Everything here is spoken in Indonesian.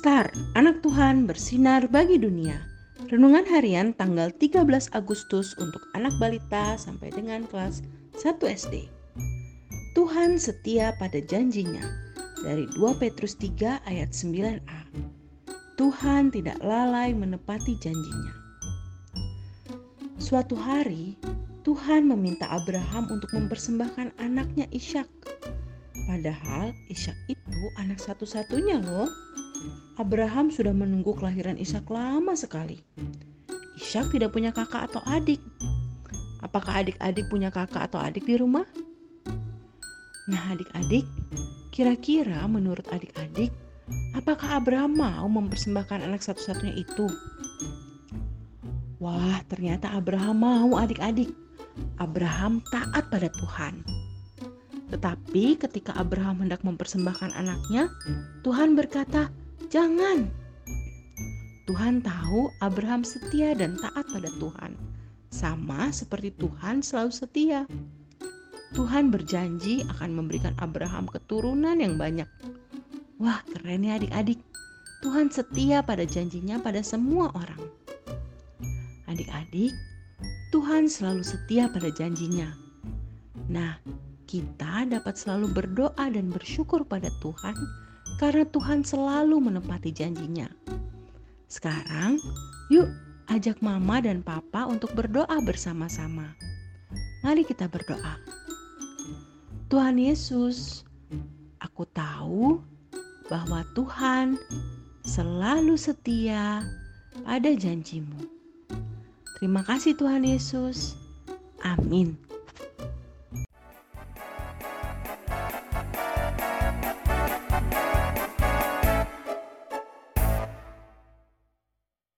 Star, anak Tuhan bersinar bagi dunia. Renungan harian tanggal 13 Agustus untuk anak balita sampai dengan kelas 1 SD. Tuhan setia pada janjinya. Dari 2 Petrus 3 ayat 9a. Tuhan tidak lalai menepati janjinya. Suatu hari, Tuhan meminta Abraham untuk mempersembahkan anaknya Ishak. Padahal Ishak itu anak satu-satunya loh. Abraham sudah menunggu kelahiran Ishak lama sekali. Ishak tidak punya kakak atau adik. Apakah adik-adik punya kakak atau adik di rumah? Nah adik-adik, kira-kira menurut adik-adik, apakah Abraham mau mempersembahkan anak satu-satunya itu? Wah, ternyata Abraham mau adik-adik. Abraham taat pada Tuhan. Tetapi ketika Abraham hendak mempersembahkan anaknya, Tuhan berkata, "Jangan." Tuhan tahu Abraham setia dan taat pada Tuhan, sama seperti Tuhan selalu setia. Tuhan berjanji akan memberikan Abraham keturunan yang banyak. Wah, keren ya adik-adik. Tuhan setia pada janjinya pada semua orang. Adik-adik, Tuhan selalu setia pada janjinya. Nah, kita dapat selalu berdoa dan bersyukur pada Tuhan karena Tuhan selalu menepati janjinya. Sekarang, yuk ajak mama dan papa untuk berdoa bersama-sama. Mari kita berdoa. Tuhan Yesus, aku tahu bahwa Tuhan selalu setia pada janjimu. Terima kasih Tuhan Yesus. Amin.